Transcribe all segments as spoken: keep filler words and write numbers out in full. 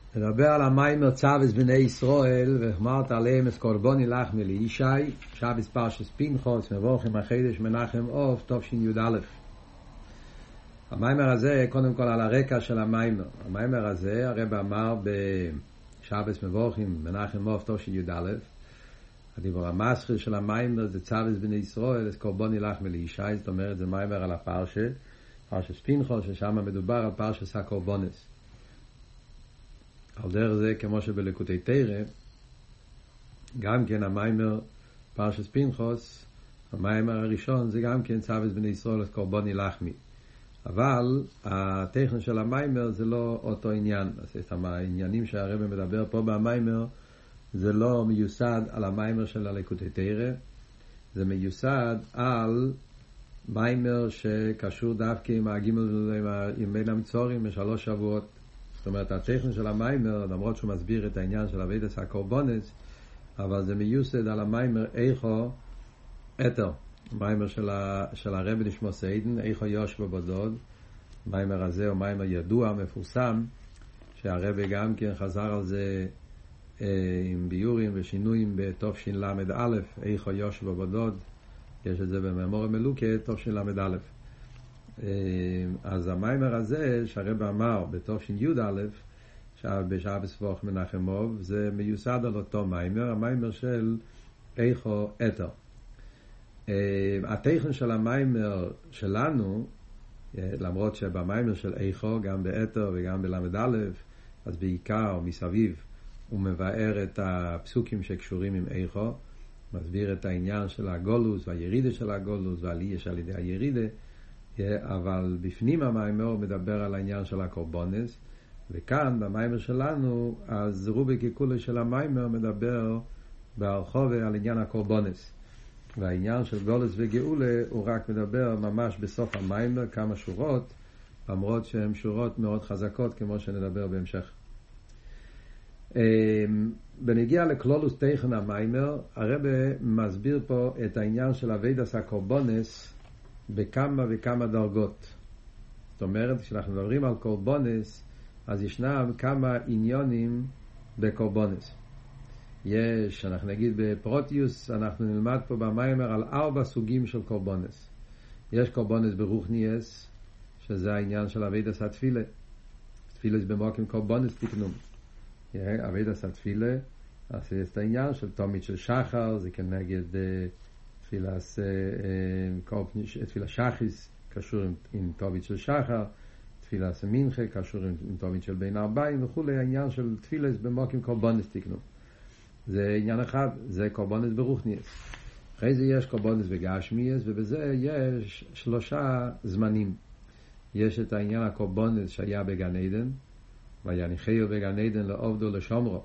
נדבר על המיימר צווס בני ישראל והחמרת עליהם את קורבני לחמי לישי שבס פרשס פנחס מבוכים החידש מנחם עוף תשי"א. המיימר הזה קודם כל על הרקע של המיימר. המיימר הזה הרב אמר בשבס מבוכים מנחם עוף תשי"א, הדיבור המסחר של המיימר זה צווס בני ישראל את קורבני לחמי לישי, זאת אומרת זה מיימר על הפרשה פרשס פנחס, ששם מדובר על פרשס הקורבנס. על דרך זה, כמו שבליקוטי תורה, גם כן המיימר פרשס פנחס, המיימר הראשון זה גם כן צווס בני ישראל את קורבני לחמי, אבל הטכן של המיימר זה לא אותו עניין. אז העניינים שהרב מדבר פה במיימר זה לא מיוסד על המיימר של הליקוטי תורה, זה מיוסד על מיימר שקשור דווקא עם הגימל עם בין המצורים בשלוש שבועות. זאת אומרת, הטכן של המיימר, למרות שהוא מסביר את העניין של אביידס הקורבנס, אבל זה מיוסד על המיימר איכו אתר, מיימר של, ה, של הרב נשמו סיידן, איכו יושבו בדוד. מיימר הזה הוא מיימר ידוע, מפורסם, שהרב גם כן חזר על זה אה, עם ביורים ושינויים בתשל"א, איכו יושבו בדוד, יש את זה בממורה מלוקת תשל"א. אז המיימר הזה שהרב אמר בתשי"א בשבס שבוך מנחם עוף, זה מיוסד על אותו מיימר, המיימר של איכו אתר. הטכן של המיימר שלנו, למרות שבמיימר של איכו גם באתר וגם בל"א, אז בעיקר מסביב הוא מבאר את הפסוקים שקשורים עם איכו, מסביר את העניין של הגולוס והירידה של הגולוס והעלייה של ידי הירידה, אבל בפנים המיימר מדבר על העניין של הקורבנס, וכאן במיימר שלנו אז רובי ככולו של המיימר מדבר בהרחבה על עניין הקורבנס, והעניין של גולוס וגאולה הוא רק מדבר ממש בסוף המיימר כמה שורות, למרות שהן שורות מאוד חזקות כמו שנדבר בהמשך. בנגיע לכלולוס טכן המיימר, הרב מסביר פה את העניין של אביידס הקורבנס בכמה וכמה דרגות. זאת אומרת, כשאנחנו מדברים על קורבנס, אז ישנם כמה עניונים בקורבנס. יש, אנחנו נגיד בפרוטיוס, אנחנו נלמד פה במיימר על ארבע סוגים של קורבנס. יש קורבנס ברוחניאס, שזה העניין של אביידס התפילה. תפילה זה במוקים קורבנס תקנום. אביידס התפילה, אז יש את העניין של תומית של שחר, זה כנגד תפילה תפילה שחיס, קשור עם, עם תומית של שחר, תפילה מנחה, קשור עם, עם תומית של בין ארבעים וכולי. העניין של תפילה זה במוקים קורבנס תקנום. זה עניין אחד, זה קורבנס ברוחניאס. אחרי זה יש קורבנס בגשמיאס, ובזה יש שלושה זמנים. יש את העניין הקורבנס שהיה בגן עדן, ויניחהו בגן עדן לעובדו לשומרו.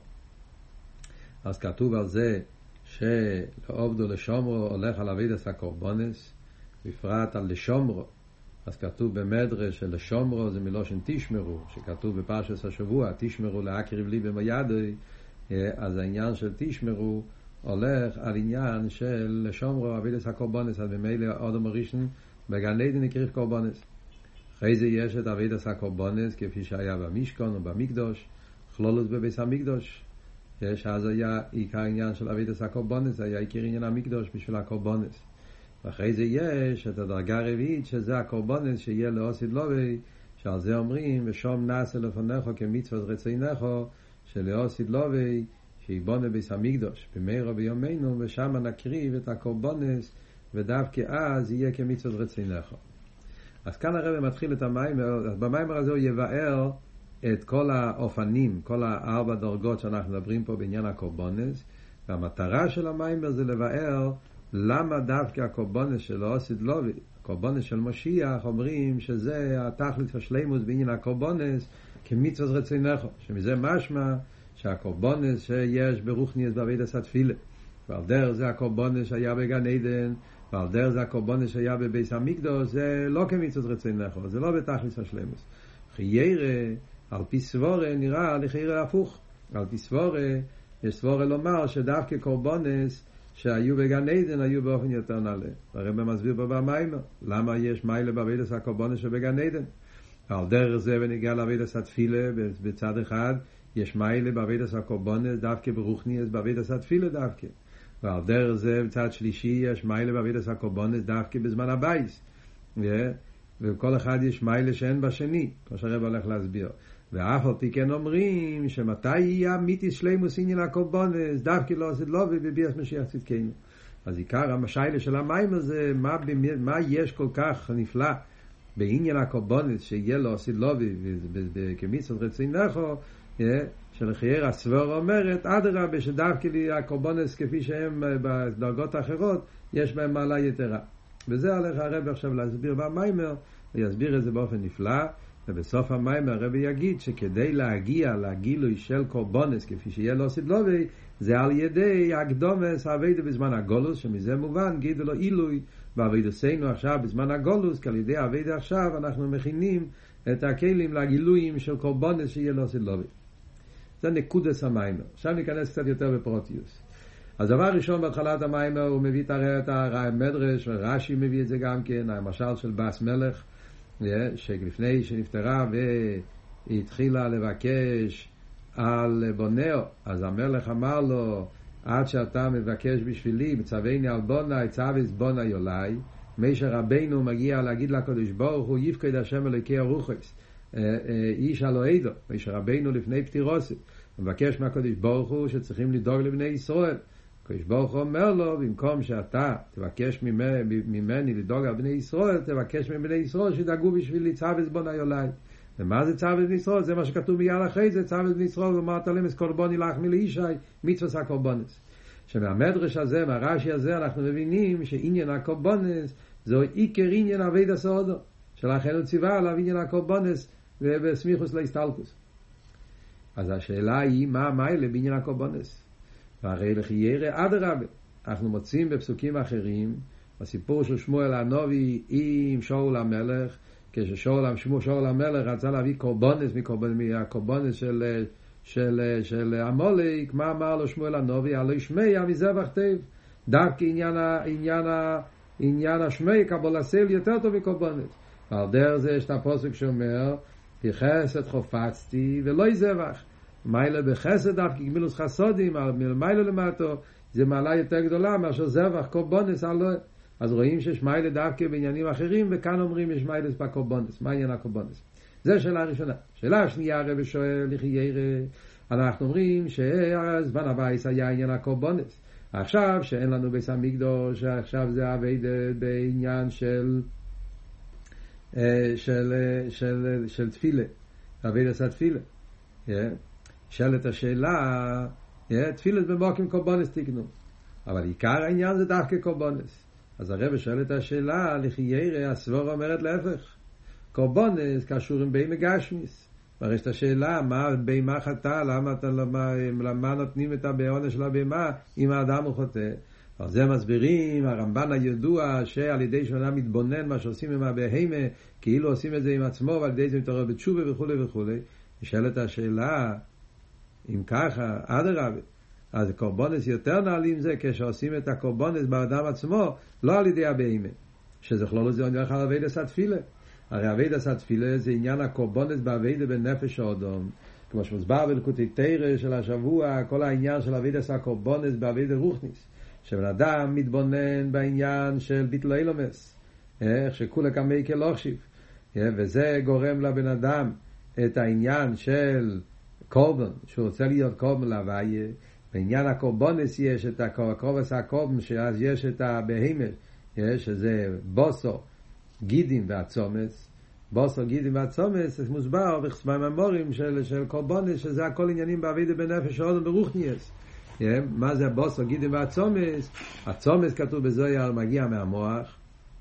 אז כתוב על זה שלעובדו לשומרו הולך על אביידס הקורבנס, בפרט על לשומרו. אז כתוב במדרש של לשומרו זה מלושן תשמרו, שכתוב בפרשת השבוע תשמרו להקריב לי במיידוי. אז העניין של תשמרו הולך על עניין של לשומרו אביידס הקורבנס, אז במילא אדם הראשון בגן עדן הקריב קורבנס. אחרי זה יש את אביידס הקורבנס כפי שהיה במשכן ובמקדוש, כלולוס בבית המקדוש. יש אז היה עיקר עניין של אביידס הקורבנס, היה עיקר עניין המקדוש בשביל הקורבנס. ואחרי זה יש את הדרגה הרביעית שזה הקורבנס שיהיה לעוsid לובי, שעל זה אומרים ושום נעשה לפניך כמצוות רצונך, שלעוsid לובי שיבונה בית המקדוש במהרה בימינו, ושם נקריב את הקורבנס ודווקא אז יהיה כמצוות רצונך. אז כאן הרב מתחיל את המיימר. במיימר הזה הוא יבאר את כל האופנים, כל הארבע דרגות שאנחנו מדברים פה בעניין הקורבנס, והמטרה של המיימר זה לבאר למה דווקא הקורבנס שלו עוsid לובי, הקורבנס של משיח, אומרים שזה התכלית השלימות בעניין הקורבנס כמצוות רצונך, שמזה משמע שהקורבנס שיש ברוחניאס באביידס התפילה, ועל דרך זה הקורבנס שהיה בגן עדן, ועל דרך זה הקורבנס שהיה בבית המקדוש, זה לא כמצוות רצונך, זה לא בתכלית השלימות. חיירה על פי סבורה נראה לחיירה הפוך. על פי סבורה יש סבורה לומר שדווקא קורבנס שהיו בגן עדן היו באופן יותר נעלה. הרב מסביר פה במיימר למה יש מיילה באביידס הקורבנס שבגן עדן. על דרך זה ונגיע לאביידס התפילה, בצד אחד יש מיילה בעבודת הקורבנס דווקא ברוחניאס בעבודת התפילה דווקא. ועל דרך זה בצד שלישי יש מיילה בעבודת הקורבנס דווקא בזמן הבייס. וכל אחד יש מיילה שאין בשני, כמו שהרב הולך להסביר. ואף על פי כן אומרים שמתי יהיה אמיתיס שלימוס עניין הקורבנס דווקא לא עשית לו ובביאס משיח צדקנו. אז עיקר המשיילה של המים הזה, מה, מה יש כל כך נפלא בעניין הקורבנס שיהיה לו עשית לו וכמיצות רצינך, שלחייר הסבור אומרת אדרבה שדווקא לי הקורבנס כפי שהם בדרגות האחרות יש בהם מעלה יתרה. וזה הולך הרב עכשיו להסביר במיימר, ויסביר את זה באופן נפלא. ובסוף המים הרב יגיד שכדי להגיע לגילוי של קורבנס כפי שיהיה לו סדלובי, זה על ידי הקדומס העבודה בזמן הגולוס, שמזה מובן גידו לו אילוי בעבודתנו עכשיו בזמן הגולוס, כי על ידי העבודה עכשיו אנחנו מכינים את הכלים לגילויים של קורבנס שיהיה לו סדלובי. זה נקודס המים. עכשיו ניכנס קצת יותר בפרוטיוס. אז דבר ראשון בהתחלת המים הוא מביא את המדרש, ורש"י מביא את זה גם כן, המשל של בס מלך, שלפני שנפטרה והתחילה לבקש על בונאו, אז המלך אמר לו, עד שאתה מבקש בשבילי מצווני על בונה צוויס בונה יולי. משה רבינו מגיע להגיד לקדוש ברוך הוא יפקד השם אלוקי הרוחס איש אלוהידו. משה רבינו לפני פטירוסו מבקש מהקדוש ברוך הוא שצריכים לדאוג לבני ישראל. הקדוש ברוך הוא אומר לו, במקום שאתה תבקש ממני, ממני לדאוג על בני ישראל, תבקש מבני ישראל שדאגו בשבילי צוויס בונה יולי. ומה זה צוויס בני ישראל? זה מה שכתוב מיד אחרי זה, צוויס בני ישראל ואמרת להם את קורבני לחמי לאישי מצוות הקורבנס. שמהמדרש הזה, מהרש"י הזה, אנחנו מבינים שעניין הקורבנס זו עיקר עניין עבודת הסעודה, שלכן הוא ציווה עליו עניין הקורבנס ובסמיכוס להסתלקוס. אז השאלה היא מה המיילה בעניין הקורבנס? והרי לחיירה אדרבה, אנחנו מוצאים בפסוקים אחרים בסיפור של שמואל הנביא עם שאול המלך, כששאול שאול המלך רצה להביא קורבנס מהקורבנס של של של עמלק, מה אמר לו שמואל הנביא? הלא ישמע מזבח טוב. דווקא עניין העניין עניין השמע קבול הסל יותר טוב מקורבנס. על דרך זה יש את הפסוק שאומר בחסד חפצתי ולא יזבח. מיילה בחסד דווקא גמילוס חסודים, מיילה למטו זה מעלה יותר גדולה מאשר זבח קורבנס. אז רואים שיש מיילה דווקא בעניינים אחרים, וכאן אומרים יש מיילה בקורבנס. מה עניין הקורבנס? זה שאלה ראשונה. שאלה השנייה הרב שואל לחיירה, אנחנו אומרים שהזמן הבייס היה עניין הקורבנס. עכשיו שאין לנו בית המקדוש, עכשיו זה עבודה בעניין של של של של תפילה, עבודת התפילה. שאלת השאלה, תפילת במוקים קורבנס תקנו, אבל עיקר העניין זה דווקא קורבנס. אז הרב שואל את השאלה לחיירה, הסבור אומרת להפך, קורבנס קשורים בימי גשמיס. הרי יש את השאלה, מה בימה חטא, למה, למה, למה נותנים את הבעונש של הבימה אם האדם הוא חוטא? אז זה מסבירים, הרמב"ן הידוע, שעל ידי שאתה מתבונן מה שעושים עם הבהמה, כאילו עושים את זה עם עצמו, ועל ידי זה מתעורר בתשובה וכו' וכו'. נשאלת השאלה, אם ככה, אדרבה, אז קורבנס יותר נעלים זה כשעושים את הקורבנס באדם עצמו, לא על ידי הבהמה, שזה כלול זה עניין על עבודת התפילה. הרי עבודת התפילה זה עניין הקורבנס בעבודה בנפש האדם, כמו שמוסבר בליקוטי תורה של השבוע, כל העניין של עבודת הקורבנס בעבודה רוחנית, שבן אדם מתבונן בעניין של ביטול אילומס, איך שכולה כמי כלוכשיב, וזה גורם לבן אדם את העניין של קורבן, שהוא רוצה להיות קורבן להוויה. בעניין הקורבנס יש את הקורבנס הקורבן, שאז יש את הבהמה, שזה בוסו, גידים והצומס. בוסו, גידים והצומס, זה מוסבר במאמרים של, של קורבנס, שזה הכל עניינים בעבודה בנפש האדם ברוחניאס. מה זה הבוסו, גידים והצומס? הצומס כתוב בזוהר מגיע מהמוח,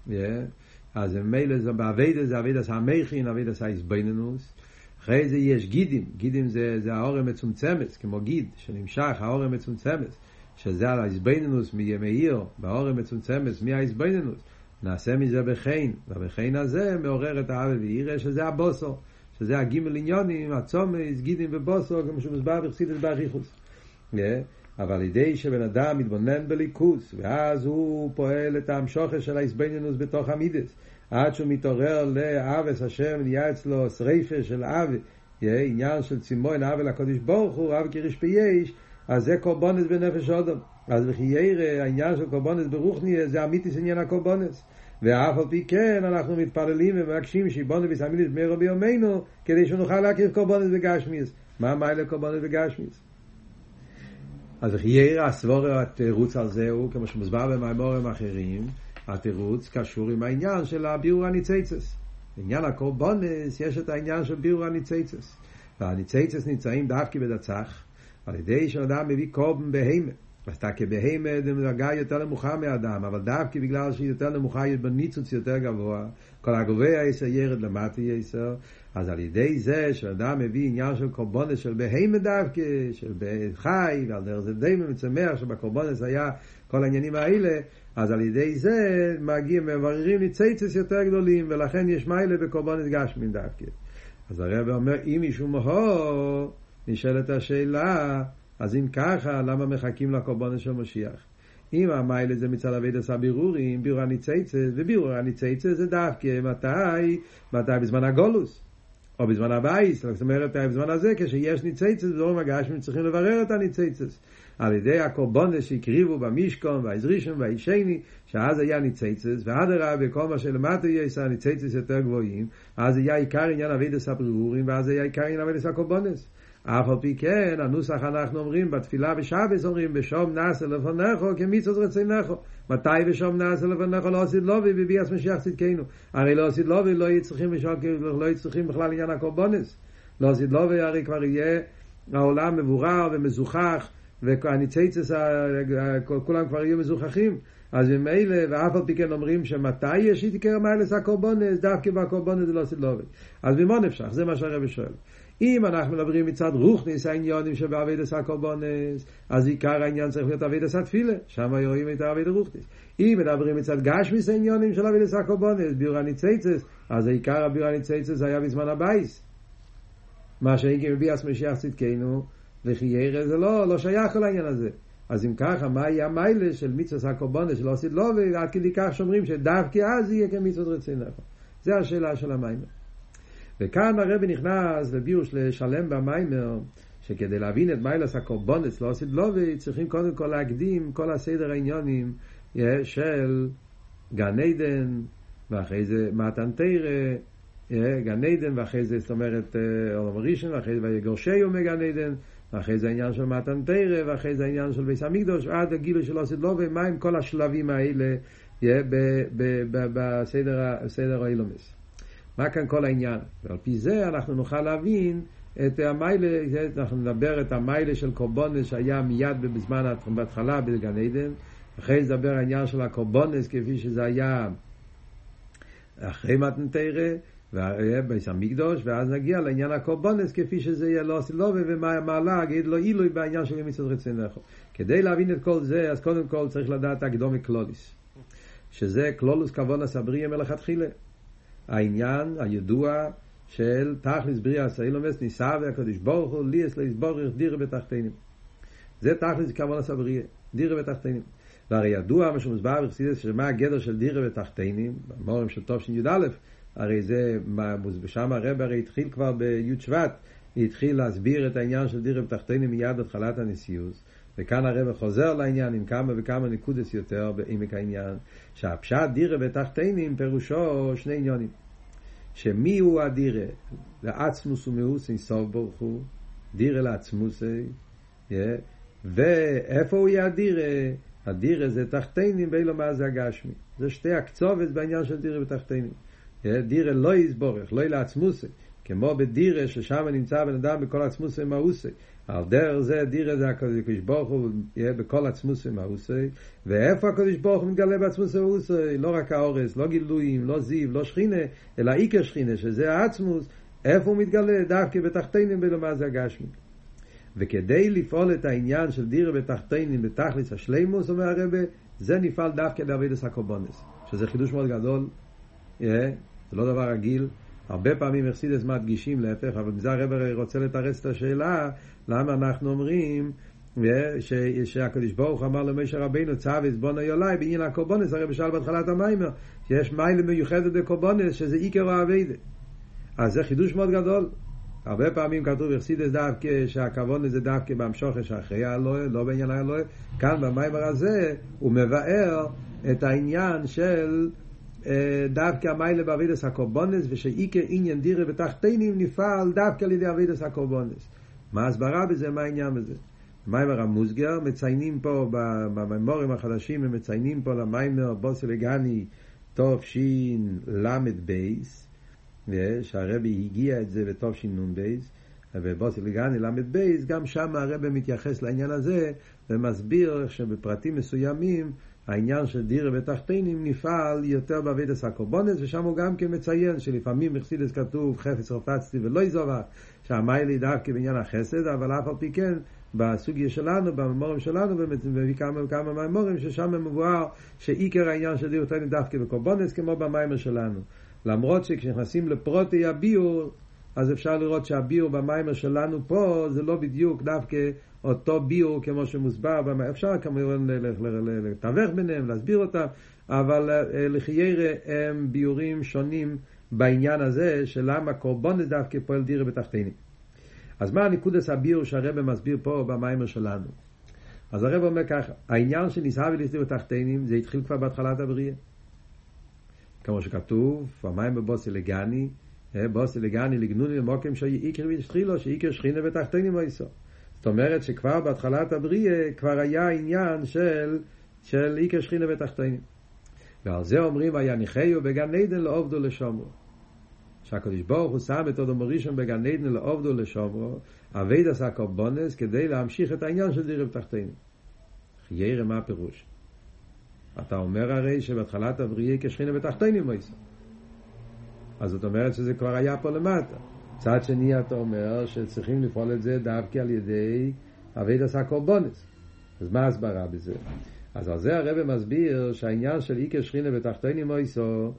אז מילא זה בעבודה, זה עבודת המכין, עבודת ההסביננוס. אחרי זה יש גידים, גידים זה, זה האור המצומצמת, כמו גיד שנמשך, האור המצומצמת, שזה על ההסביננוס מימאיר, באור המצומצמת מההסביננוס, נעשה מזה בחין, ובחין הזה מעורר את האהבה ויראה, שזה הבוסו, שזה הגימל עניונים, הצומס, גידים ובוסו, כמו שמוסבר בחסידות באריכות. אבל על ידי שבן אדם מתבונן בליכוס, ואז הוא פועל את המשוכר של ההסביננוס בתוך המידס, עד שהוא מתעורר לאהבס השם, נהיה אצלו שריפה של אהבה, עניין של צימון אהבה לקודש ברוך הוא, אהבה כריש ביש, אז זה קורבנס בנפש אדם. אז וכי ירא העניין של קורבנס ברוחני זה אמיתיס עניין הקורבנס. ואף על פי כן אנחנו מתפללים ומבקשים שיבונו ויסמיליס במהרה בימינו כדי שנוכל להקריב קורבנס בגשמיס. מה המיילה קורבנס בגשמיס? אז וכי ירא הסבורה התירוץ על זה הוא כמו שמוסבר במאמרים אחרים, התירוץ קשור עם העניין של הבירור הניציצס. בעניין הקורבנס יש את העניין של בירור הניציצס, והניציצס נמצאים דווקא בדצח על ידי שאדם מביא קורבן בהמה. אז אתה כבהמה זה מדרגה יותר נמוכה מאדם, אבל דווקא בגלל שהיא יותר נמוכה יש בניצוץ יותר גבוה, כל הגבוה יסר ירד למטה יסר, אז על ידי זה שאדם מביא עניין של קורבנס של בהמה דווקא, של חי, ועל דרך זה די מצמח שבקורבנס היה כל העניינים האלה, אז על ידי זה מגיעים מבררים ניציצס יותר גדולים, ולכן יש מיילה בקורבנס גשמין דווקא. אז הרב אומר, אם מישהו מהו, נשאלת השאלה, אז אם ככה, למה מחכים לקורבנס של משיח? אם המיילה זה מצד עבודת הבירורים, בירור הניציצס, ובירור הניציצס זה דווקא מתי, מתי בזמן הגולוס, או בזמן הבייס, זאת אומרת, בזמן הזה, כשיש ניציצס, בזמן הגשמים צריכים לברר את הניציצס. על ידי הקורבנס שהקריבו במשכון, והעזרישם והאישני, שאז היה ניציצס, ועד הרב בכל מה שלמטה יש הניציצס יותר גבוהים, אז היה עיקר עניין עבודת הבירורים, ואז היה עיקר עניין עבודת הקורבנס. אף על פי כן, הנוסח אנחנו אומרים, בתפילה בשבת אומרים, בשום נעשה לפניך, כמצוות רצונך. מתי בשום נעשה לפניך לא עשית לובי, בביאת משיח צדקנו. הרי לא עשית לובי, לא יצריכים לא יצריכים בכלל עניין הקורבנס. לא עשית לובי, הרי כבר יהיה העולם מבורר ומזוכח, והניציצס, כולם כבר יהיו מזוכחים. אז ממילא, ואף על פי כן אומרים שמתי יש עיקר מיילס הקורבנס, דווקא בקורבנס זה לא עשית לובי. אז במה נפשך? זה מה שהרב שואל. אם אנחנו מדברים מצד רוחניס העניונים שבעבודת הקורבנס, אז עיקר העניין צריך להיות עבודת התפילה, שם רואים את עבודת רוחניס. אם מדברים מצד גשמיס העניונים של עבודת הקורבנס, בירור הניציצס, אז עיקר הבירור הניציצס היה בזמן הבייס. מה שהגיע מביאת משיח צדקנו, וכי ירא זה לא, לא שייך כל העניין הזה. אז אם ככה, מה יהיה המיילה של מצוות הקורבנס שלא עשית לו, ועד כדי כך שאומרים שדווקא אז יהיה כמצוות רצונך. זה השאלה של המיילה. וכאן הרב נכנס לביור שלם במיימר, שכדי להבין את מיילס הקורבנס לא עשית לו, צריכים קודם כל להקדים כל הסדר העניונים של גן עדן, ואחרי זה מתן תורה, גן עדן, ואחרי זה זאת אומרת עולם ראשון, ואחרי זה ויגורשהו מגן עדן, ואחרי זה העניין של מתן תורה, ואחרי זה העניין של בית המקדש, ועד הגילוי של עשית לו, ומה עם כל השלבים האלה בסדר האילומס. מה כאן כל העניין? ועל פי זה אנחנו נוכל להבין את המיילה, אנחנו נדבר את המיילה של קורבנס שהיה מיד בזמן בהתחלה בגן עדן, אחרי זה נדבר העניין של הקורבנס כפי שזה היה אחרי מתן תורה ובית המקדש, ואז נגיע לעניין הקורבנס כפי שזה יהיה לא עשית לו, ומה המעלה, אגיד לו אילוי בעניין של מצוות רצונך. כדי להבין את כל זה, אז קודם כל צריך לדעת הקדומה קלוליס, שזה קלולוס כוונס הבריא מלכתחילה. העניין הידוע של תכלס בריאת האילומס ניסה והקדוש ברוך הוא ליאס להסבורך דירה בתחתינים. זה תכלס כוונס הבריא, דירה בתחתינים. והרי ידוע מה שמוסבר בחסידות שמה הגדר של דירה בתחתינים, במאמרים של תש"י א', הרי זה שם הרב הרי התחיל כבר בי' שבט, התחיל להסביר את העניין של דירה בתחתינים מיד התחלת הנשיאות. וכאן הרב חוזר לעניין עם כמה וכמה נקודות יותר בעמק העניין, שהפשט דירה בתחתינים פירושו שני עניונים. שמי הוא הדירה? לעצמוס ומאוס אינסוף ברוך הוא, דירה לעצמוס, ואיפה הוא יהיה הדירה? הדירה זה תחתינים ואילו מה זה הגשמי. זה שתי הקצובת בעניין של דירה בתחתינים. דירה לא יסבורך, לא לעצמוס, כמו בדירה ששם נמצא בן אדם בכל עצמוס ומאוסי. על דרך זה דירה זה הקדוש ברוך הוא יהיה בכל עצמוס ומאוסי. ואיפה הקדוש ברוך הוא מתגלה בעצמוס ומאוסי? לא רק האורס, לא גילויים, לא זיו, לא שכינה, אלא עיקר שכינה שזה העצמוס. איפה הוא מתגלה? דווקא בתחתינים בלמה זה הגשמי. וכדי לפעול את העניין של דירה בתחתינים בתכלס השלימוס, אומר הרב, זה נפעל דווקא בעבודת הקורבנס, שזה חידוש מאוד גדול. זה לא דבר רגיל. הרבה פעמים חסידות מדגישים להפך, אבל מזה הרב רוצה לתרץ את השאלה למה אנחנו אומרים שהקדוש ברוך אמר למשה רבינו צווה בונו יולי בעניין הקורבנס. הרי בשאל בהתחלת המיימר שיש מיילה מיוחדת בקורבנס שזה עיקר העבודה. אז זה חידוש מאוד גדול. הרבה פעמים כתוב בחסידות דווקא שהכוונה זה דווקא בהמשוך שאחרי האלוהי, לא בעניין האלוהי. כאן במיימר הזה הוא מבאר את העניין של דווקא המיילה בעבודת הקורבנס, ושעיקר עניין דירה בתחתינים נפעל דווקא על ידי עבודת הקורבנס. מה הסברה בזה? מה העניין בזה? במיימר המוסגר מציינים פה במיימורים החדשים, הם מציינים פה למיימר בוסי לגני טוב שין למד בייס, שהרבי הגיע את זה בטוב שין נון בייס, ובוסי לגני למד בייס, גם שם הרבי מתייחס לעניין הזה ומסביר שבפרטים מסוימים העניין של דירה בתחתינים נפעל יותר בעבודת הקורבנס, ושם הוא גם כן מציין שלפעמים בחסידות כתוב חפץ רפצתי ולא יזובח, שהמיילה דווקא בעניין החסד, אבל אף על פי כן בסוגיה שלנו, בממורים שלנו, מביא כמה וכמה מהמורים ששם מבואר שעיקר העניין של דירה בתחתינים דווקא בקורבנס, כמו במיימר שלנו. למרות שכשנכנסים לפרוטי הביור, אז אפשר לראות שהביור במיימר שלנו פה זה לא בדיוק דווקא אותו ביור כמו שמוסבר, אפשר כמובן לתווך ביניהם, להסביר אותם, אבל לחיירה הם ביורים שונים בעניין הזה של למה קורבנס דווקא פועל דירה בתחתינים. אז מה הנקודת הביור שהרב מסביר פה במיימר שלנו? אז הרב אומר ככה, העניין של ניסה ולהסתיר בתחתינים זה התחיל כבר בהתחלת הבריאה, כמו שכתוב במיימר בוסי לגני, בוסי לגני לגנוני למוקם שעיקר ושתחילו, שעיקר שכינה בתחתינים היסו. זאת אומרת שכבר בהתחלת הבריאה כבר היה עניין של של עיקר שכינה בתחתינים, ועל זה אומרים היה ניחיו בגן עדן לעובדו לשומרו, שהקדוש ברוך הוא שם את אדם הראשון בגן עדן לעובדו לשומרו עבודת הקורבנס כדי להמשיך את העניין של דירה בתחתינים. חיירה, מה הפירוש? אתה אומר הרי שבהתחלת הבריאה כשכינה בתחתינים היסו, אז זאת אומרת שזה כבר היה פה למטה. צד שני אתה אומר שצריכים לפעול את זה דווקא על ידי עבודת הקורבנס. אז מה הסברה בזה? אז על זה הרב מסביר שהעניין של עיקר שכינה בתחתינים היסו,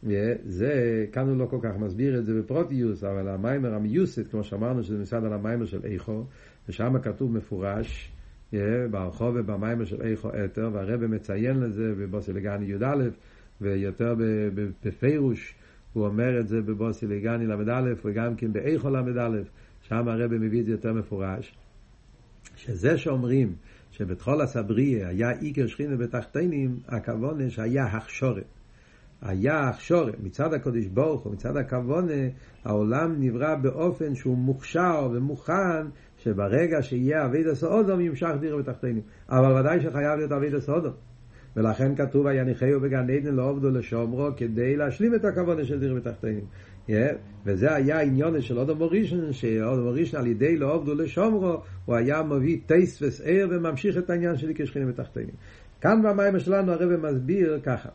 זה כאן הוא לא כל כך מסביר את זה בפרוטיוס, אבל המיימר המיוסד, כמו שאמרנו שזה מסד על המיימר של איכו, ושם כתוב מפורש ברחוב ובמיימר של איכו אתר, והרב מציין לזה בבוסי לגני י"א, ויותר בפירוש הוא אומר את זה בבוסי לגני למד א' וגם כן באיכו למד א', שם הרב מביא את זה יותר מפורש, שזה שאומרים שבתחול הסבריה היה עיקר שכינה בתחתינים, הכוונה שהיה הכשורה, היה הכשורה מצד הקדוש ברוך הוא, מצד הכוונה העולם נברא באופן שהוא מוכשר ומוכן שברגע שיהיה עבודת האדם ימשך דירה בתחתינים, אבל ודאי שחייב להיות עבודת האדם, ולכן כתוב היה ניחיו בגן עדן לעובדו לשומרו כדי להשלים את הכוונה של דירה בתחתינים. yeah. וזה היה העניין של אדם הראשון, שאדם הראשון על ידי לעובדו לשומרו הוא היה מביא טייס וסער וממשיך את העניין של כשכינה בתחתינים. כאן במיימר שלנו הרב מסביר ככה,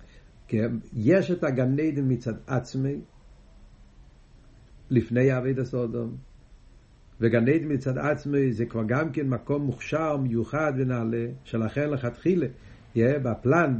יש את הגן עדן מצד עצמי לפני עבודת האדם, וגן עדן מצד עצמי זה כבר גם כן מקום מוכשר מיוחד ונעלה, שלכן לכתחילה יהיה בפלן,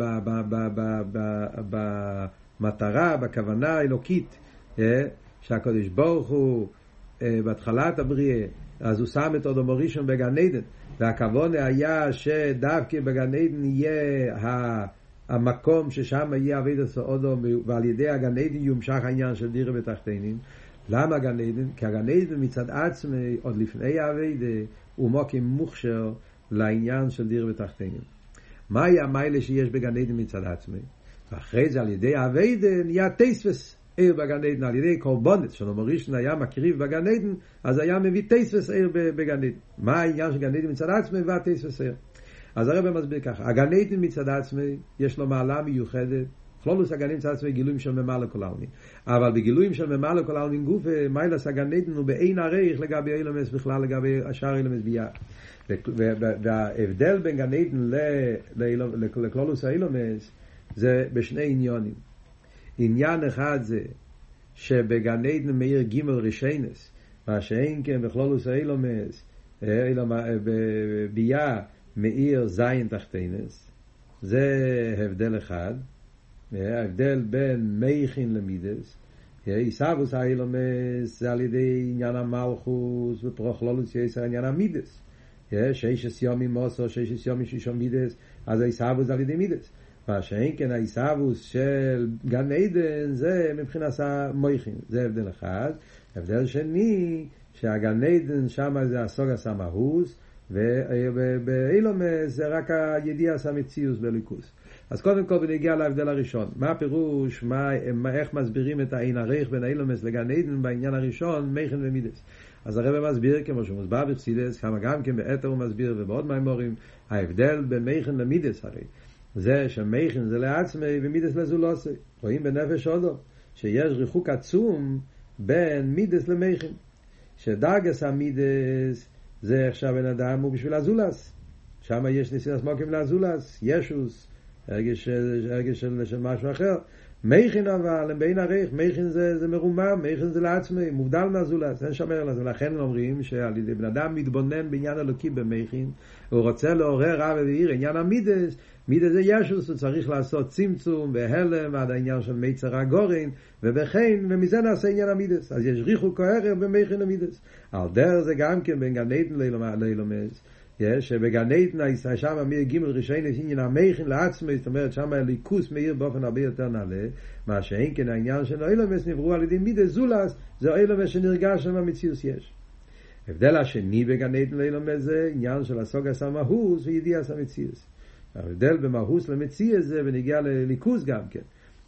במטרה, בכוונה האלוקית, שהקדוש ברוך הוא בהתחלת הבריאה, אז הוא שם את אדם הראשון בגן עדן, והכוונה היה שדווקא בגן עדן יהיה המקום ששם יהיה עבודת האדם, ועל ידי הגן עדן יומשך העניין של דירה בתחתינים. למה גן עדן? כי הגן עדן מצד עצמי עוד לפני העבודה הוא מוקם מוכשר לעניין של דירה בתחתינים. מהי המיילה שיש בגן עדן מצד עצמי? ואחרי זה על ידי העבודה נהיה תספס עיר בגן עדן, על ידי קורבנות שלום הראשון היה מקריב בגן עדן, אז היה מביא תספס עיר בגן עדן. מה העניין של גן עדן מצד עצמי והתספס עיר? אז הרב מסביר ככה, הגן עדן מצד עצמי יש לו מעלה מיוחדת, כלולוס הגן עדן מצד עצמי גילויים של ממלא כל העלמין, אבל בגילויים של ממלא כל העלמין גוף מיילס הגן עדן הוא באין עריך לגבי אילומס בכלל, לגבי השאר אילומס ביד. וההבדל בין גן עדן לכלולוס האילומס זה בשני עניונים. עניין אחד זה שבגן עדן מאיר ג' רשיינס, מה שאין כן בכלולוס האילומס ביד מאיר זין תחתינס, זה הבדל אחד. ההבדל בין מייכין למידס, איסאבוס האילומס זה על ידי עניין המלכוס ופרוכלולוס יסר עניין המידס, שיש יומים מוסו, שיש יומים שישו מידס, אז האיסאבוס על ידי מידס. מה שאין כן האיסאבוס של גן עדן זה מבחינת המייכין, זה הבדל אחד. הבדל שני, שהגן עדן שם זה הסוגס המהוס, ובאילומס זה רק הידיעס המציאוס בליכוס. אז קודם כל בנגיע להבדל הראשון, מה הפירוש, מה, מה, איך מסבירים את העין הרייך בין האילומס לגן עדן בעניין הראשון, מייכן ומידס. אז הרב מסביר כמו שהוא מסבר בחסידות, כמה גם כן באתר הוא מסביר ובעוד מימורים, ההבדל בין מייכן למידס הרי, זה שמייכן זה לעצמי ומידס לזולוסי. רואים בנפש הודו, שיש ריחוק עצום בין מידס למייכן. שדרגס המידס זה איך שהבן אדם הוא בשביל הזולס. שם יש ניסיון מוקים לזולס, ישוס, הרגש של, הרגש של, של משהו אחר. מייכן אבל, הם בין הרייך, מייכן זה, זה מרומם, מייכן זה לעצמי, מובדל מהזולס, אין שמר לזה. ולכן אומרים שעל ידי בן אדם מתבונן בעניין אלוקי במייכן, הוא רוצה לעורר רב ועיר, עניין המידס, מידס זה ישוס, הוא צריך לעשות צמצום בהלם עד העניין של מיצר הגורן, ובכן, ומזה נעשה עניין המידס. אז יש ריחוק הערב במייכן המידס. על דרך זה גם כן בין גן עדן לאילומס, שבגן עדן שם מי גימל ראשון עניין המייכן לעצמי, זאת אומרת שם הליכוס מאיר באופן הרבה יותר נעלה, מה שאין כן העניין של אילומס נבראו על ידי מידס זולס, זה אילומס שנרגש שם המציאוס יש. הבדל השני בגן עדן לאילומס זה עניין של הסוגס המהוס וידיעס המציאוס. ההבדל במהוס למציאס זה ונגיע לליכוס גם כן,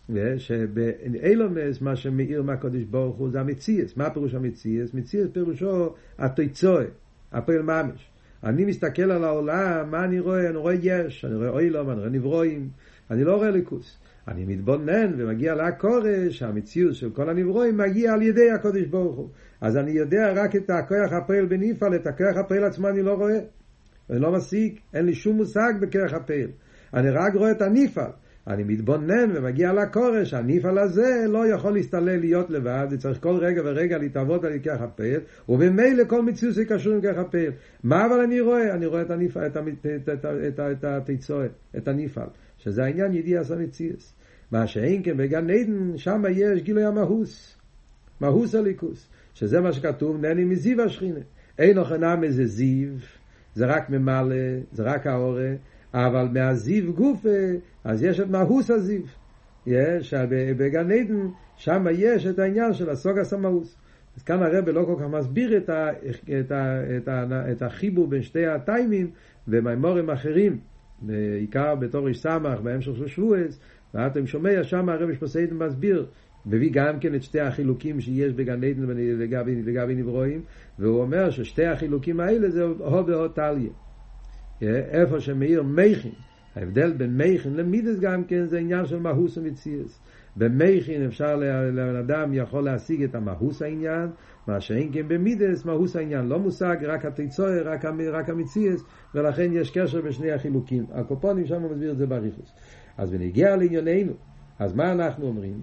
שבאילומס מה שמאיר מהקדוש ברוך הוא זה המציאס. מה פירוש המציאס? מציאס פירושו התויצוי, הפועל ממש. אני מסתכל על העולם, מה אני רואה? אני רואה יש, אני רואה אילום, אני רואה נברואים, אני לא רואה ליכוס. אני מתבונן ומגיע להקורש, המציאוס של כל הנברואים מגיע על ידי הקדוש ברוך הוא. אז אני יודע רק את הכוח הפועל בנפעל, את הכוח הפועל עצמו אני לא רואה. אני לא מסיק, אין לי שום מושג בכרך הפעיל. אני רק רואה את הנפעל. אני מתבונן ומגיע לקורש. הנפעל הזה לא יכול להסתלל להיות לבד. זה צריך כל רגע ורגע להתעבוד על כרך הפעיל. ובמילא כל מציאות זה קשור עם כרך הפעיל. מה אבל אני רואה? אני רואה את הנפעל, את, את, את, את, את התיצורת, את הנפעל. שזה העניין ידיעס המציאות. מה שאין כן בגן עדן, שם יש גילוי המהוס. מהוס הליכוס. שזה מה שכתוב, נהני מזיו השכינה. אין אוכנה מזה זיו. זה רק ממלא, זה רק האורה, אבל מהזיו גוף, אז יש את מהוס הזיו. יש, בגן עדן, שם יש את העניין של הסוגס המהוס. אז כאן הרב לא כל כך מסביר את, ה, את, ה, את, ה, את החיבור בין שתי הטיימים, ומימורים אחרים, בעיקר בתור איש סמך, בהמשך של שבועס, ואתם שומע, שם הרב שפוסיידן מסביר, מביא גם כן את שתי החילוקים שיש בגן עדן לגבי, לגבי נברואים, והוא אומר ששתי החילוקים האלה זה הו והוא טליה. איפה שמאיר מייכין, ההבדל בין מייכין למידס גם כן זה עניין של מהוס ומציאס. במייכין אפשר, לאדם יכול להשיג את המהוס העניין, מה שאין כן במידס, מהוס העניין לא מושג, רק התיצויר, רק, רק המציאס, ולכן יש קשר בשני החילוקים. הקופונים שם מסביר את זה בריחוס. אז בנגיע לענייננו, אז מה אנחנו אומרים?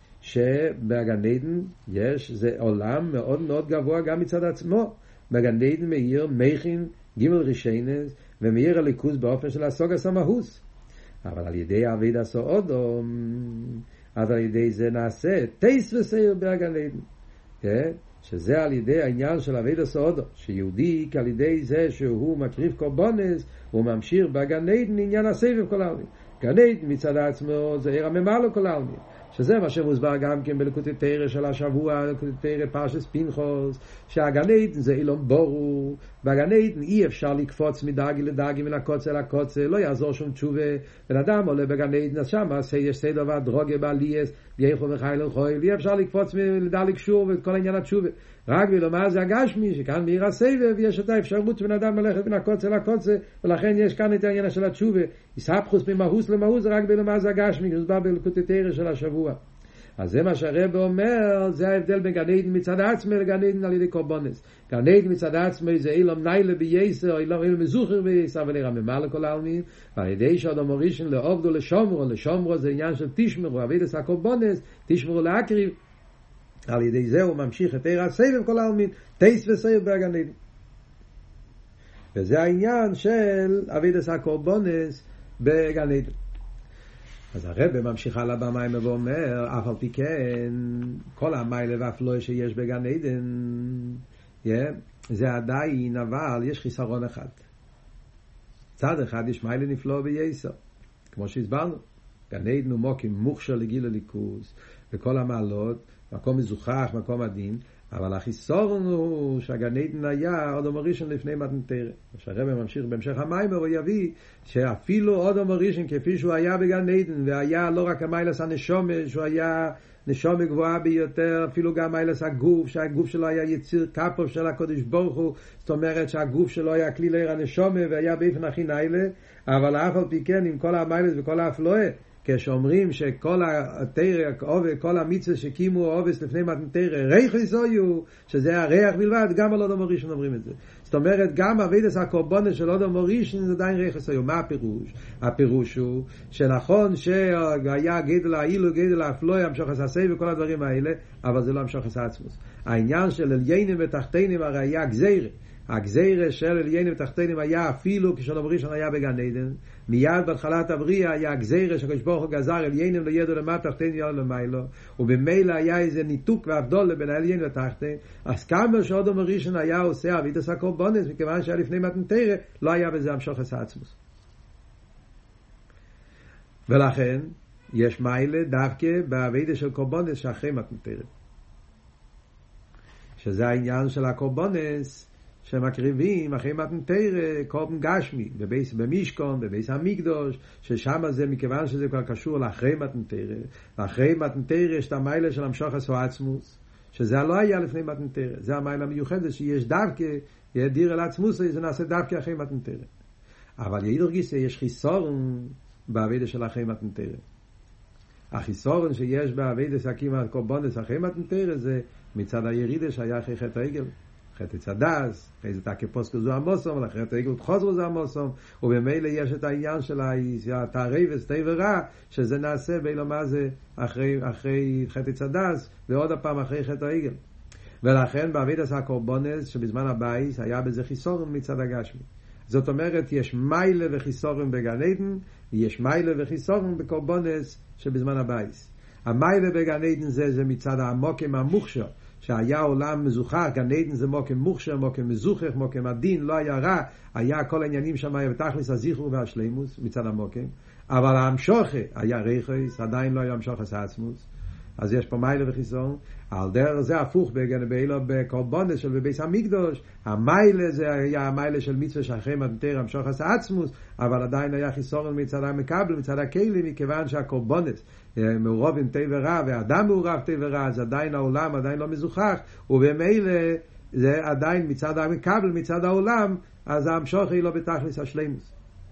שבגן עדן יש, זה עולם מאוד מאוד גבוה גם מצד עצמו. בגן עדן מאיר מייכין גימל רישיינס ומאיר הליכוז באופן של הסוגס המהוס. אבל על ידי עבד הסעודו, אז על ידי זה נעשה טייס וסייר בגן עדן, שזה על ידי העניין של עבד הסעודו, שיהודי על ידי זה שהוא מקריב קורבנס, הוא ממשיך בגן עדן עניין הסבב כל העלמין. גן עדן מצד עצמו זה עיר הממלא כל העלמין, שזה מה שמוסבר גם כן בליקוטי תורה של השבוע, בליקוטי תורה פרשת פינחס, שהגן עדן זה אילום ברור. בגן עדן אי אפשר לקפוץ מדרגי לדרגי מלקוצה לקוצה, לא יעזור שום תשובה. בן אדם עולה בגן עדן, אז שם יש סדר ודרוגה בעלייס, בייחו וחיל וחויל, אי אפשר לקפוץ מדרג שור ואת כל העניין התשובה. רק בלומר זה הגשמי, שכאן בעיר הסבב יש את האפשרות שבן אדם מלכת בין הקוצה לקוצה, ולכן יש כאן את העניין של התשובה. יסהפכוס ממהוס למהוס, רק בלומר זה הגשמי, כמוסבר בליקוטי תורה של השבוע. אז זה מה שהרב אומר, זה ההבדל בין גן עדן מצד עצמי לגן עדן על ידי קורבנס. גן עדן מצד עצמי זה אילום ניילה בייסר, אילום מזוכר בייסר, אבל נראה ממלא כל העלמין, ועל ידי שאדם מורישן לעובדו לשומרו, לשומרו זה עניין של תשמרו, עבודת הקורבנס, תשמרו להקריב, על ידי זה הוא ממשיך את עיר הסבב כל העלמין, טייס וסבב בגן עדן. וזה העניין של עבודת הקורבנס בגן עדן. אז הרב ממשיך על הבמה ואומר, אף על פי כן, כל המיילה והפלואה שיש בגן עדן, yeah, זה עדיין, אבל יש חיסרון אחד. צד אחד יש מיילה נפלא בייסר, כמו שהסברנו. גן עדן הוא מוקים מוכשר לגיל הליכוז, וכל המעלות, מקום מזוכח, מקום הדין, אבל החיסורון הוא שהגן עדן היה אדם הראשון לפני מתן תורה. שהרב ממשיך בהמשך המיימר ויביא שאפילו אדם הראשון כפי שהוא היה בגן עדן, והיה לא רק המיילס הנשומה, שהוא היה נשומה גבוהה ביותר, אפילו גם מיילס הגוף, שהגוף שלו היה יציר כפו של הקדוש ברוך הוא, זאת אומרת שהגוף שלו היה כלי לעיר הנשומה והיה באופן הכי נעלה, אבל אף על פי כן עם כל המיילס וכל האפלואה, כשאומרים שכל התורה, כל המצווה שקימו עובס לפני מתן תורה, ריח יסויו, שזה הריח בלבד, גם על אדם הראשון אומרים את זה. זאת אומרת, גם עבודת הקורבן של אדם הראשון זה עדיין ריח יסויו. מה הפירוש? הפירוש הוא שנכון שהיה גדל האילו, גדל האפלואה, המשוך הססי וכל הדברים האלה, אבל זה לא המשוך הסעצמוס. העניין של עליינים ותחתינים הרי היה גזירה. הגזירה של עליינים ותחתינים היה אפילו כשאדם הראשון היה בגן עדן, מיד בהתחלת הבריאה היה הגזירה שהקדוש ברוך הוא גזר עליינים לא ידעו למטה, תחתינים ידעו למיילו, ובמילא היה איזה ניתוק והבדל בין העליין לתחתין. אז כמה שאדם הראשון היה עושה עבודת הקורבנות, מכיוון שהיה לפני מתן תורה לא היה בזה המשוך הסעצמוס. ולכן יש מיילה דווקא בעבודה של קורבנות שאחרי מתן תורה, שזה העניין של הקורבנות שמקריבים אחרי מתן תורה, קורבן גשמי, בבייס במשכון, בבייס המקדוש, ששם זה מכיוון שזה כבר קשור לאחרי מתן תורה, ואחרי מתן תורה יש את המיילה של המשוך הסעצמוס, שזה לא היה לפני מתן תורה, זה המיילה המיוחדת שיש דווקא, ידיר אל עצמוס, זה נעשה דווקא אחרי מתן תורה. אבל ידיר גיסא יש חיסורן בעבודה של אחרי מתן תורה. החיסורן שיש בעבודה שקים הקורבנות אחרי מתן תורה זה מצד הירידה שהיה אחרי חטא העגל. חטא צדס, אחרי זה תקי פוסקו זו המוסום, אבל אחרי חטא העגל חוזרו זו המוסום, ובמילא יש את העניין של התערי וסתי ורע, שזה נעשה באילו מה זה אחרי, אחרי חטא צדס, ועוד הפעם אחרי חטא העגל. ולכן בעבודת הקורבנות שבזמן הבייס היה בזה חיסורן מצד הגשמי. זאת אומרת, יש מיילה וחיסורן בגן עדן, יש מיילה וחיסורן בקורבנות שבזמן הבייס. המיילה בגן עדן זה, זה מצד העמוקים המוכשר, שהיה עולם מזוכח, גן עדן זה מוקם מוכשר, מוקם מזוכח, מוקם הדין, לא היה רע, היה כל העניינים שם, היה בתכלס הזיכרור והשלימוס מצד המוקם, אבל המשוכר היה ריחוס, עדיין לא היה המשוכר הסעצמוס, אז יש פה מיילה וחיסורן. על דרך זה הפוך בגן באילו בקורבנות של בבייס המקדוש, המיילה זה היה המיילה של מצווה שאחרי מתן תורה המשוך הסעצמוס, אבל עדיין היה חיסורן מצד המקבל, מצד הכלי, מכיוון שהקורבנות מעורב עם טבע רע, והאדם מעורב טבע רע, אז עדיין העולם עדיין לא מזוכח, ובמילא זה עדיין מצד המקבל, מצד העולם, אז המשוך היא לא בתכלס השלימוס.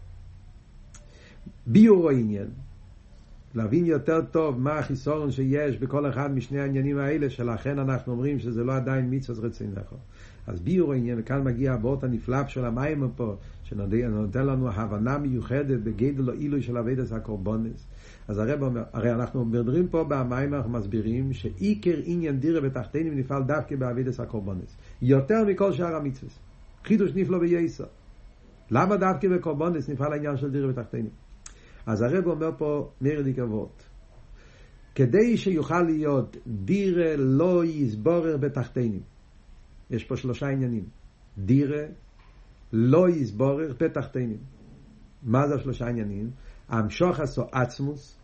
ביור העניין, להבין יותר טוב מה החיסורן שיש בכל אחד משני העניינים האלה, שלכן אנחנו אומרים שזה לא עדיין מצוות רצונך. אז ביור העניין, וכאן מגיע הבאות הנפלא של המים פה, שנותן לנו הבנה מיוחדת בגדל או אילוי של עבודת הקורבנות. אז הרב אומר, הרי אנחנו מדברים פה במים, אנחנו מסבירים שעיקר עניין דירה בתחתינים נפעל דווקא בעבודת הקורבנות, יותר מכל שאר המצוות. חידוש נפלא בייסר. למה דווקא בקורבנות נפעל העניין של דירה בתחתינים? אז הרב אומר פה מרדיק אבות, כדי שיוכל להיות דירה לא יסבורר בתחתינים, יש פה שלושה עניינים. דירה לא יסבורר בתחתינים. מה זה השלושה עניינים? המשוך הסעצמוס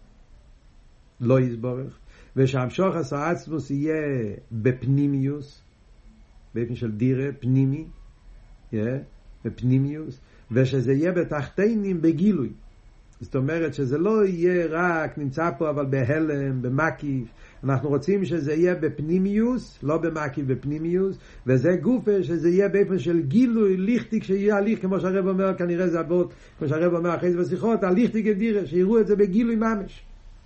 לא יסבורר, ושהמשוך הסעצמוס יהיה בפנימיוס, באופן של דירה פנימי, בפנימיוס, ושזה יהיה בתחתינים בגילוי. זאת אומרת שזה לא יהיה רק נמצא פה אבל בהלם, במקיף. אנחנו רוצים שזה יהיה בפנימיוס, לא במקיף, בפנימיוס, וזה גופה שזה יהיה באופן של גילוי ליכטיק, שיהיה הליך כמו שהרב אומר, כנראה זה הבאות, כמו שהרב אומר אחרי זה בשיחות, הליכטיק דירה, שיראו את זה בגילוי ממש.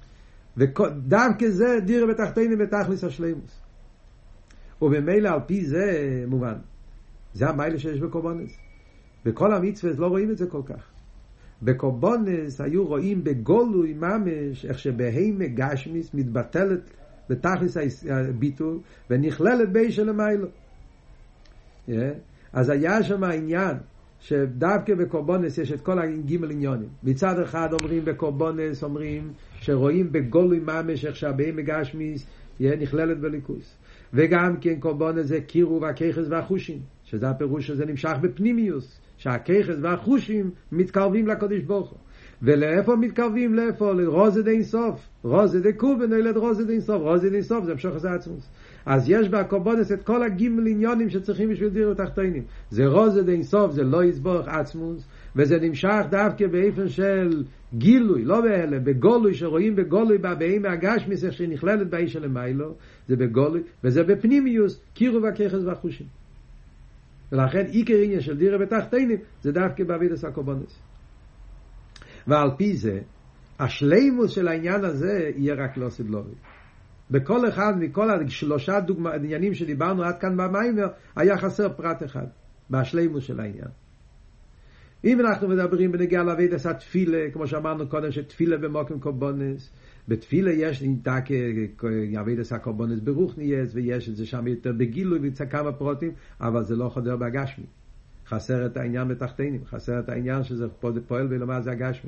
ודווקא זה דירה בתחתינים בתכלס השלימוס. ובמילא על פי זה מובן. זה המיילה שיש בקורבנות. בכל המצוות לא רואים את זה כל כך. בקורבנות היו רואים בגולוי ממש איך שבהמה גשמיס מתבטלת בתכלס הביטול ונכללת באישה למיילו. Yeah. אז היה שם העניין שדווקא בקורבנות יש את כל הגימל עניונים. מצד אחד אומרים בקורבנות, אומרים שרואים בגולוי ממש איך שהבהמה גשמיס yeah, נכללת בליכוס. וגם כן קורבנות זה קירו והכיחס והחושים, שזה הפירוש שזה נמשך בפנימיוס, שהכיחס והחושים מתקרבים לקדוש ברוך הוא. ולאיפה מתקרבים? לאיפה? לרוזד אין סוף. רוזד אין קובן, נולד רוזד אין סוף. רוזד אין סוף זה המשוך הסעצמוס. אז יש בקורבנס את כל הגימל עניונים שצריכים בשביל דירה תחתונים. זה רוזד אין סוף, זה לא יסבורך עצמוס, וזה נמשך דווקא באופן של גילוי, לא באלה, בגולוי שרואים בגולוי בהבאים מהגשמיס איך שנכללת באיש שלמיילו, זה בגולוי, וזה בפנימיוס, קירו וככס והחושים. ולכן עיקר עניין של דירה בתחתונים זה דווקא בעבודת הקורבנס. ועל פי זה, השלימוס של העניין הזה יהיה רק לא סדלובי. בכל אחד מכל השלושה עניינים שדיברנו עד כאן במיימר, היה חסר פרט אחד, בהשלימוס של העניין. אם אנחנו מדברים בנגיע לעבודת התפילה, כמו שאמרנו קודם, שתפילה במוקם קורבנס, בתפילה יש נהייתה כעבודת הקורבנס ברוחניאס, ויש את זה שם יותר בגילוי ויצא כמה פרוטים, אבל זה לא חודר בהגשמי. חסר את העניין בתחתינים, חסר את העניין שזה פועל ולמה זה הגשמי.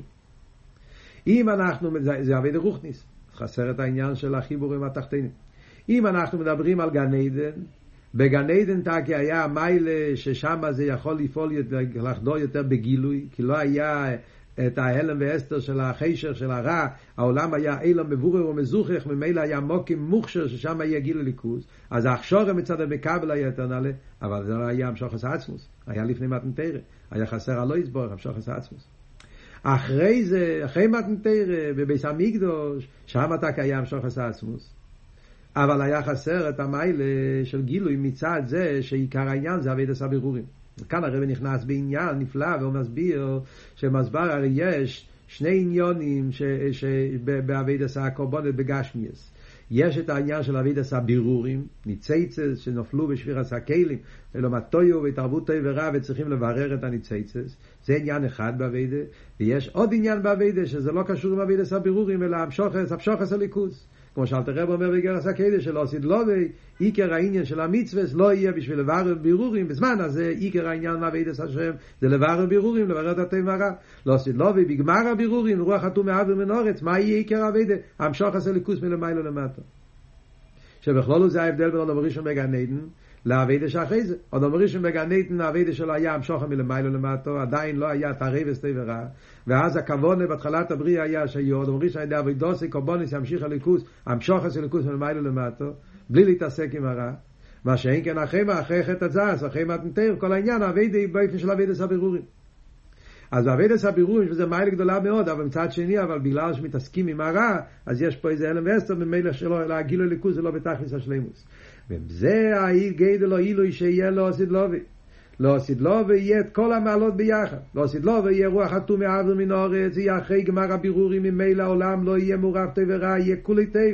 אם אנחנו, זה עבודת רוחניס, חסר את העניין של החיבורים התחתינים. אם אנחנו מדברים על גן עדן, בגן עדן תקי היה מיילה ששם זה יכול לפעול לחדור יותר בגילוי, כי לא היה את ההלם והסתר של החשר של הרע, העולם היה אילם מבורר ומזוכח, ממילא היה מוקים מוכשר ששם היה גילוי ליכוז, אז ההכשור מצד המקבל היה יותר נעלה, אבל זה לא היה המשוחס העצמוס, היה לפני מתנתרא, היה חסר הלא יסבור המשוחס העצמוס. אחרי זה, אחרי מתנתרא, בביס המקדוש, שם אתה קיים המשוחס העצמוס. אבל היה חסר את המיילה של גילוי מצד זה שעיקר העניין זה עבודת הבירורים. כאן הרב נכנס בעניין נפלא והוא מסביר שמסבר הרי יש שני עניונים בעבודת הקורבנות בגשמיאס. יש את העניין של עבודת הבירורים, ניצייצס שנופלו בשבירת הכלים, אלו מתויו והתערבות טוב ורע וצריכים לברר את הניצייצס. זה עניין אחד בעבודת, ויש עוד עניין בעבודת שזה לא קשור עם עבודת הבירורים אלא המשוחס, המשוחס הליכוז. כמו שאלת הרב אומר בגרס הקדש שלא עשית לובי, עיקר העניין של המצווס לא יהיה בשביל לברר בירורים, בזמן הזה עיקר העניין מעבודת השם זה לברר בירורים, לברר את הטוב והרע. לא עשית לובי, בגמר הבירורים, רוח חתום מאוויר מן אורץ, מה יהיה עיקר העבודת? המשוחס הליכוז מלמעלה למטה. שבכלול זה ההבדל בין אדם ראשון בגן עדן לעבודת שאחרי זה. אדם ראשון בגן עדן העבודת שלו היה המשוחס מלמעלה למטה, עדיין לא היה תערב טוב ורע. ואז הכוונה בהתחלת הבריאה היה שיהיה אדם ראשון על ידי עבודת קורבנס ימשיך הליכוז, המשוחס הליכוז מלמעלה למטה, בלי להתעסק עם הרע. מה שאין כן אחרי מה, אחרי חטא הזעס, אחרי מתנתר, כל העניין העבודה באופן של עבודת הבירורים. אז בעבודת הבירורים שזה מעלה גדולה מאוד, אבל מצד שני, אבל בגלל שמתעסקים עם הרע, אז יש פה איזה הלם והסתר, במילא שלא, להגיל הליכוז זה לא בתכלס השלימוס. וזה גדל או אילוי שיהיה לו עשית לובי. לא עשית לו ויהיה את כל המעלות ביחד. לא עשית לו ויהיה רוח חתום מאוויר מן אורץ, יהיה אחרי גמר הבירורים, ממילא העולם לא יהיה מעורב טוב ורע, יהיה כולי טוב.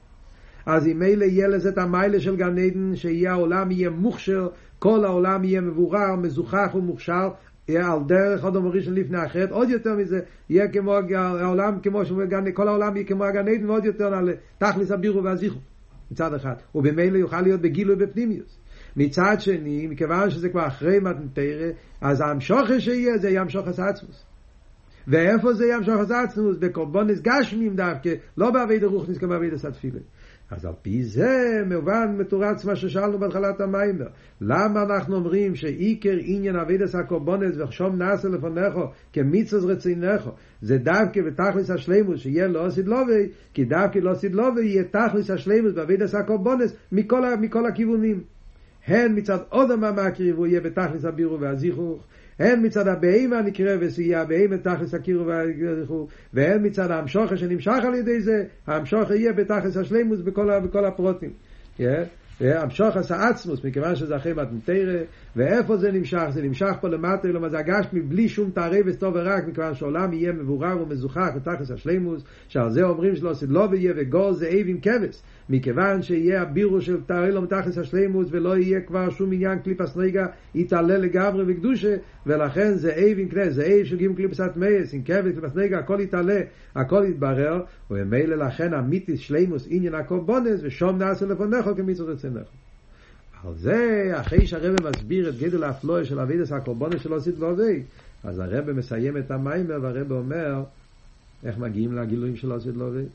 אז אם מילא יהיה לזה את המיילה של גן עדן, שיהיה העולם יהיה מוכשר, כל העולם יהיה מבורר, מזוכח ומוכשר, יהיה על דרך עוד אומרי של לפני אחרת, עוד יותר מזה, יהיה כמו העולם, כמו שגן, כל העולם יהיה כמו הגן עדן, ועוד יותר על תכלס הבירו והזיכו, מצד אחד. ובמילא יוכל להיות בגילוי בפנימיוס. מצד שני, מכיוון שזה כבר אחרי מתנתרא, אז המשוחס שיהיה, זה יהיה המשוחס העצמוס. ואיפה זה יהיה המשוחס העצמוס? בקורבנס גשמיים דווקא, לא בעבודת רוחניס כמו בעבודת התפילה. אז על פי זה מובן מתורץ מה ששאלנו בהתחלת המיימר. למה אנחנו אומרים שעיקר עניין עבודת הקורבנס וחשוב נעשה לפניך כמצוות רצונך, זה דווקא בתכלס השלימוס שיהיה לא עשית לובי, כי דווקא לא עשית לובי יהיה תכלס השלימוס בעבודת הקורבנס מכל, מכל הכיוונים. הן מצד עוד מהקריב הוא יהיה בתכלס הבירו והזיכוך, הן מצד הבהמה נקרא וסייה הבהמה תכלס הקירו והזיכוך, והן מצד המשוחס שנמשך על ידי זה, המשוחס יהיה בתכלס השלימוס בכל, בכל הפרוטים. Yeah. המשוחס העצמוס, מכיוון שזה אחרי מתנתרא, ואיפה זה נמשך? זה נמשך פה למטה, למה זה הגשמי בלי שום תערב טוב ורק, מכיוון שהעולם יהיה מבורר ומזוכח בתכלס השלימוס, שעל זה אומרים שלא עשית לא ויהיה וגול זה אב עם כבש, מכיוון שיהיה הבירו של תערב מתכלס השלימוס, ולא יהיה כבר שום עניין קליפס נגע, יתעלה לגמרי וקדושה, ולכן זה אב עם כנס, זה אב של גימל קליפסת מייס, עם כבש קליפס נגע, הכל יתעלה, הכל יתברר, וממילא לכן המיתיס שלימוס עניין הקורבנס, ושום נעשה לפניך כמצוות רצונך. על זה, אחרי שהרבא מסביר את גדל האפלואה של עבודת הקורבנס שלא עשית לובי, אז הרבא מסיים את המיימר, והרבא אומר, איך מגיעים לגילויים שלא עשית לובי?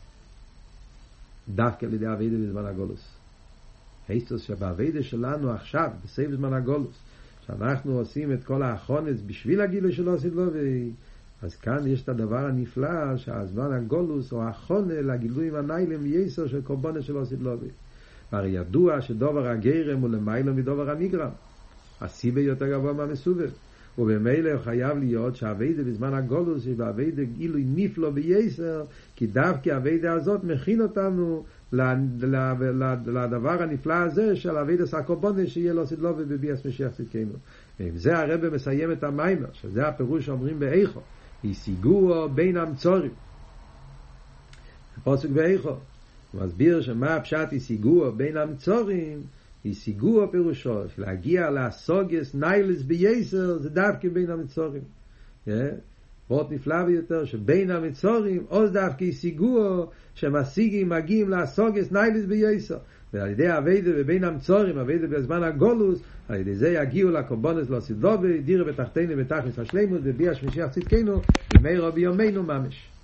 דווקא לידי עבודת בזמן הגולוס. heißt שבעבודה שלנו עכשיו, בסביב זמן הגולוס, שאנחנו עושים את כל האחרונס בשביל הגילוי שלא עשית לובי, אז כאן יש את הדבר הנפלא, שהזמן הגולוס או האחרונה לגילויים הנעלים יסר של קורבנס שלא עשית לובי. הרי ידוע שדובר הגרם הוא למיילו מדובר הנגרם, הסיבה יותר גבוה מהמסובב, ובמילא הוא חייב להיות שהעבודה בזמן הגולוס היא בעבודה גילוי נפלא בייסר, כי דווקא העבודה הזאת מכין אותנו לדבר הנפלא הזה של עבודת הקורבנות שיהיה לו סדלו ובביאס משיח צדקנו. זה הרב מסיים את המיימר, שזה הפירוש שאומרים באיכו, השיגוהו בין המצורים. הפסוק באיכו הוא מסביר שמה הפשט השיגוהו בין המצורים. השיגוהו פירושו להגיע לסוגס ניילס בייסר, זה דווקא בין המצורים. מאוד נפלא ביותר שבין המצורים עוד דווקא השיגוהו שמשיגים מגיעים לסוגס ניילס בייסר, ועל ידי העבודה ובין המצורים, העבודה בזמן הגולוס, על ידי זה יגיעו לקורבנות לא סדלו, דירה בתחתינו בתכלס השלמות וביאס משיח צדקנו במהרה בימינו ממש.